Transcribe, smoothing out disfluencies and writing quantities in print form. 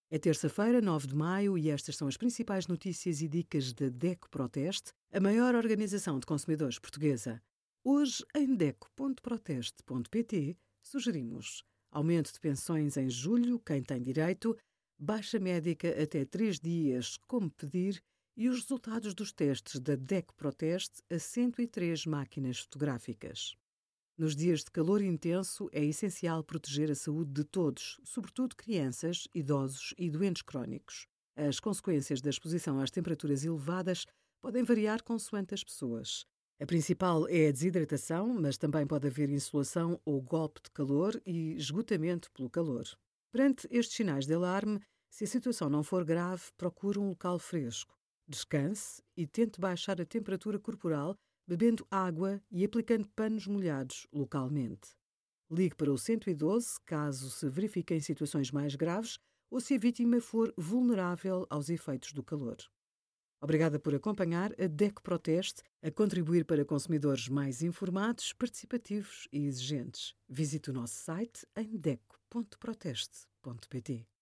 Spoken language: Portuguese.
É terça-feira, 9 de maio, e estas são as principais notícias e dicas da DECO Proteste, a maior organização de consumidores portuguesa. Hoje, em DECO.proteste.pt, sugerimos aumento de pensões em julho, quem tem direito, baixa médica até 3 dias, como pedir, e os resultados dos testes da DECO Proteste a 103 máquinas fotográficas. Nos dias de calor intenso, é essencial proteger a saúde de todos, sobretudo crianças, idosos e doentes crónicos. As consequências da exposição às temperaturas elevadas podem variar consoante as pessoas. A principal é a desidratação, mas também pode haver insolação ou golpe de calor e esgotamento pelo calor. Perante estes sinais de alarme, se a situação não for grave, procure um local fresco. Descanse e tente baixar a temperatura corporal bebendo água e aplicando panos molhados localmente. Ligue para o 112 caso se verifiquem situações mais graves ou se a vítima for vulnerável aos efeitos do calor. Obrigada por acompanhar a DECO Proteste a contribuir para consumidores mais informados, participativos e exigentes. Visite o nosso site em deco.proteste.pt.